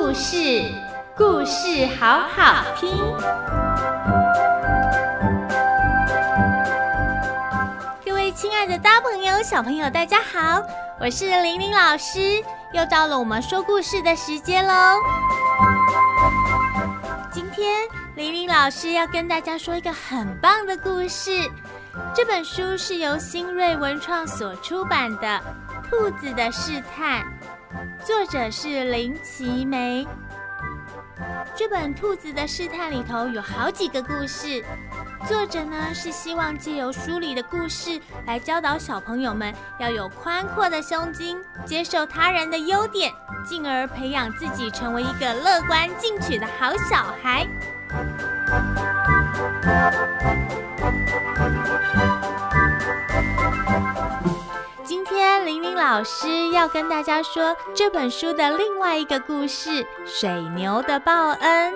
故事，故事好好听。各位亲爱的大朋友、小朋友，大家好，我是玲玲老师，又到了我们说故事的时间咯。今天玲玲老师要跟大家说一个很棒的故事，这本书是由新锐文创所出版的《兔子的试探》，作者是林奇梅。这本《兔子的试探》里头有好几个故事，作者呢是希望借由书里的故事来教导小朋友们要有宽阔的胸襟，接受他人的优点，进而培养自己成为一个乐观进取的好小孩。今天玲玲老师要跟大家说这本书的另外一个故事，水牛的报恩。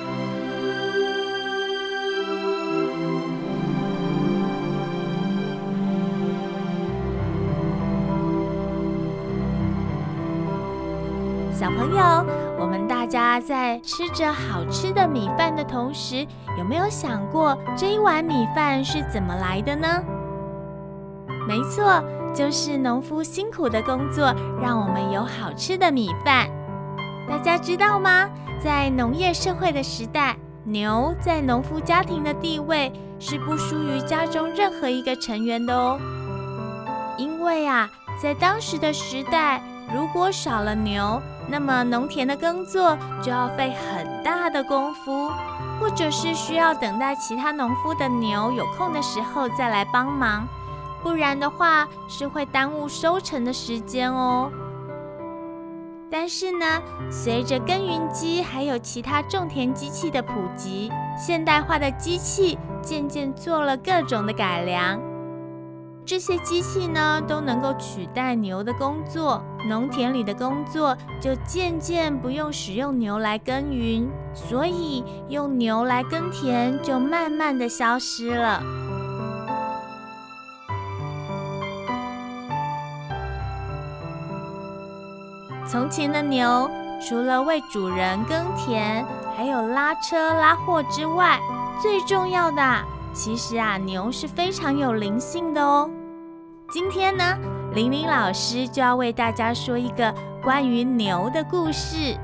小朋友，我们大家在吃着好吃的米饭的同时，有没有想过这一碗米饭是怎么来的呢？没错，就是农夫辛苦的工作，让我们有好吃的米饭。大家知道吗？在农业社会的时代，牛在农夫家庭的地位是不输于家中任何一个成员的哦。因为在当时的时代，如果少了牛，那么农田的耕作就要费很大的功夫，或者是需要等待其他农夫的牛有空的时候再来帮忙，不然的话是会耽误收成的时间哦。但是呢，随着耕耘机还有其他种田机器的普及，现代化的机器渐渐做了各种的改良，这些机器呢都能够取代牛的工作，农田里的工作就渐渐不用使用牛来耕耘，所以用牛来耕田就慢慢的消失了。从前的牛除了为主人耕田，还有拉车拉货之外，最重要的其实牛是非常有灵性的哦。今天呢，玲玲老师就要为大家说一个关于牛的故事。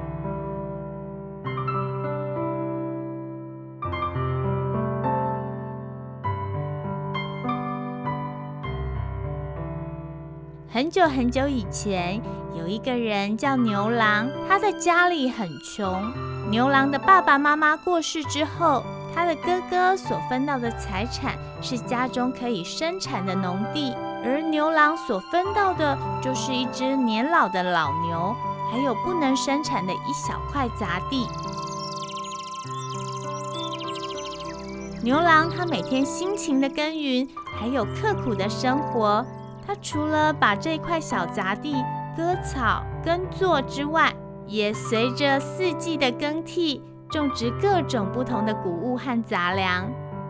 很久很久以前，有一个人叫牛郎，他的家里很穷。牛郎的爸爸妈妈过世之后，他的哥哥所分到的财产是家中可以生产的农地，而牛郎所分到的就是一只年老的老牛，还有不能生产的一小块杂地。牛郎他每天辛勤的耕耘，还有刻苦的生活，他除了把这块小杂地割草耕作之外，也随着四季的更替，种植各种不同的谷物和杂粮。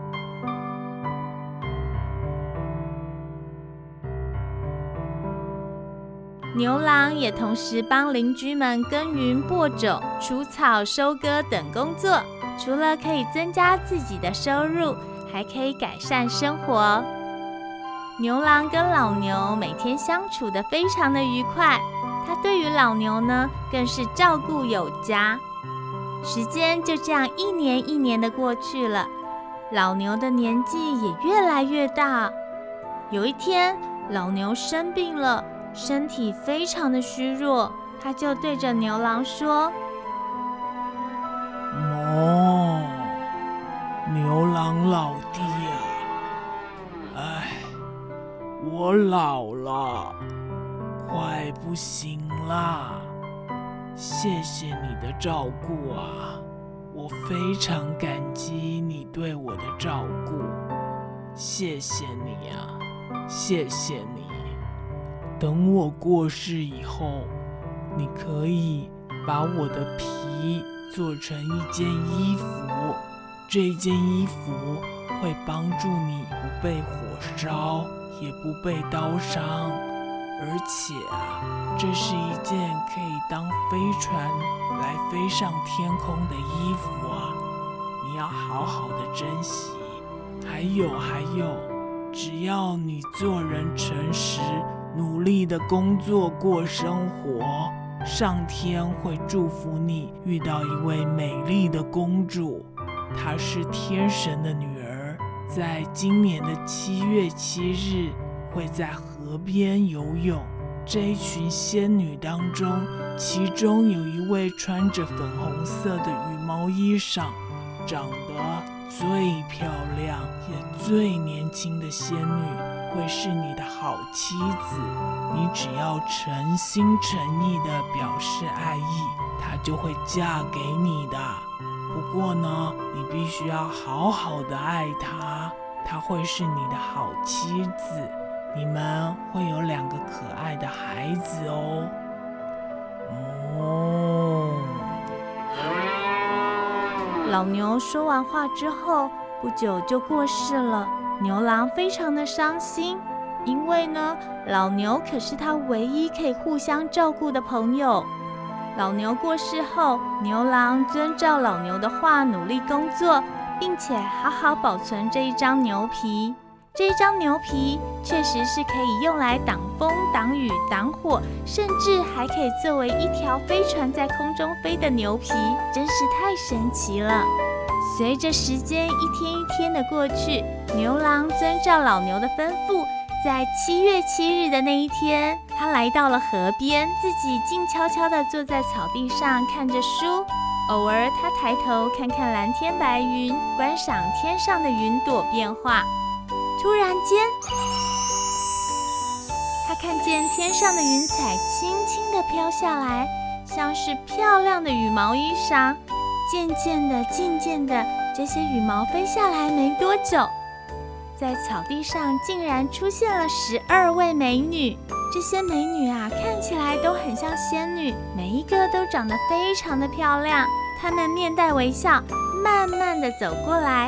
牛郎也同时帮邻居们耕耘播种、除草、收割等工作，除了可以增加自己的收入，还可以改善生活。牛郎跟老牛每天相处得非常的愉快，他对于老牛呢更是照顾有加。时间就这样一年一年的过去了，老牛的年纪也越来越大。有一天，老牛生病了，身体非常的虚弱，他就对着牛郎说： 哞，牛郎老弟我老了，快不行啦，谢谢你的照顾我非常感激你对我的照顾，谢谢你谢谢你。等我过世以后，你可以把我的皮做成一件衣服，这件衣服会帮助你不被火烧，也不被刀伤， 而且这是一件可以当飞船来飞上天空的衣服你要好好的珍惜。还有，只要你做人诚实，努力的工作过生活，上天会祝福你遇到一位美丽的公主，她是天神的女儿，在今年的7月7日会在河边游泳。这一群仙女当中，其中有一位穿着粉红色的羽毛衣裳，长得最漂亮也最年轻的仙女会是你的好妻子。你只要诚心诚意地表示爱意，她就会嫁给你的。不过呢，你必须要好好的爱她，她会是你的好妻子，你们会有2个可爱的孩子哦。 老牛说完话之后，不久就过世了。牛郎非常的伤心，因为呢，老牛可是他唯一可以互相照顾的朋友。老牛过世后，牛郎遵照老牛的话努力工作，并且好好保存这一张牛皮。这一张牛皮确实是可以用来挡风、挡雨、挡火，甚至还可以作为一条飞船在空中飞的牛皮，真是太神奇了。随着时间一天一天的过去，牛郎遵照老牛的吩咐，在7月7日的那一天，他来到了河边，自己静悄悄地坐在草地上看着书。偶尔他抬头看看蓝天白云，观赏天上的云朵变化。突然间，他看见天上的云彩轻轻地飘下来，像是漂亮的羽毛衣裳。渐渐的，这些羽毛飞下来没多久，在草地上竟然出现了12位美女。这些美女看起来都很像仙女，每一个都长得非常的漂亮。她们面带微笑，慢慢地走过来。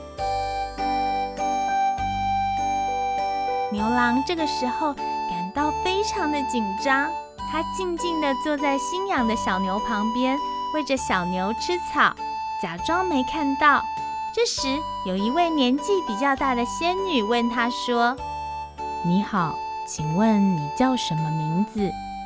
牛郎这个时候感到非常的紧张，他静静地坐在新养的小牛旁边，喂着小牛吃草，假装没看到。这时有一位年纪比较大的仙女问他说：你好，请问你叫什么名字？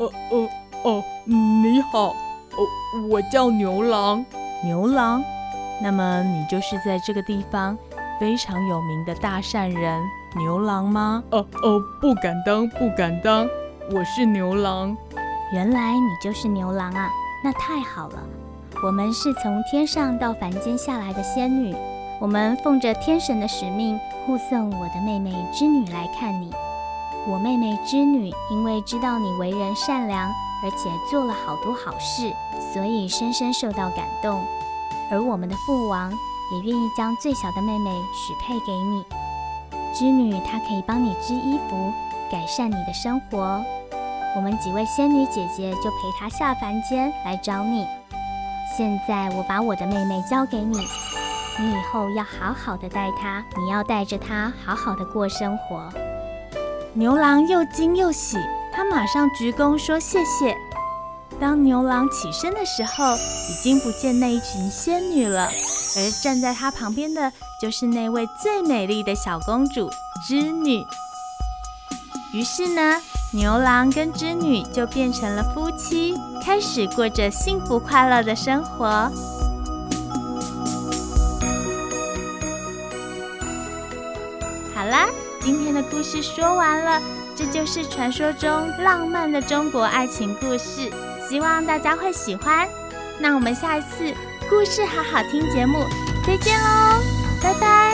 你好，我叫牛郎。 牛郎？那么你就是在这个地方非常有名的大善人牛郎吗？ 不敢当，我是牛郎。 原来你就是牛郎啊，那太好了。我们是从天上到凡间下来的仙女，我们奉着天神的使命，护送我的妹妹织女来看你。我妹妹织女因为知道你为人善良，而且做了好多好事，所以深深受到感动。而我们的父王也愿意将最小的妹妹许配给你。织女她可以帮你织衣服，改善你的生活。我们几位仙女姐姐就陪她下凡间来找你。现在我把我的妹妹交给你，你以后要好好的待她，你要带着她好好的过生活。 牛郎又惊又喜，他马上鞠躬说谢谢。当牛郎起身的时候，已经不见那一群仙女了，而站在他旁边的就是那位最美丽的小公主织女。于是呢，牛郎跟织女就变成了夫妻，开始过着幸福快乐的生活。好啦，今天的故事说完了，这就是传说中浪漫的中国爱情故事，希望大家会喜欢。那我们下一次故事好好听节目再见喽，拜拜。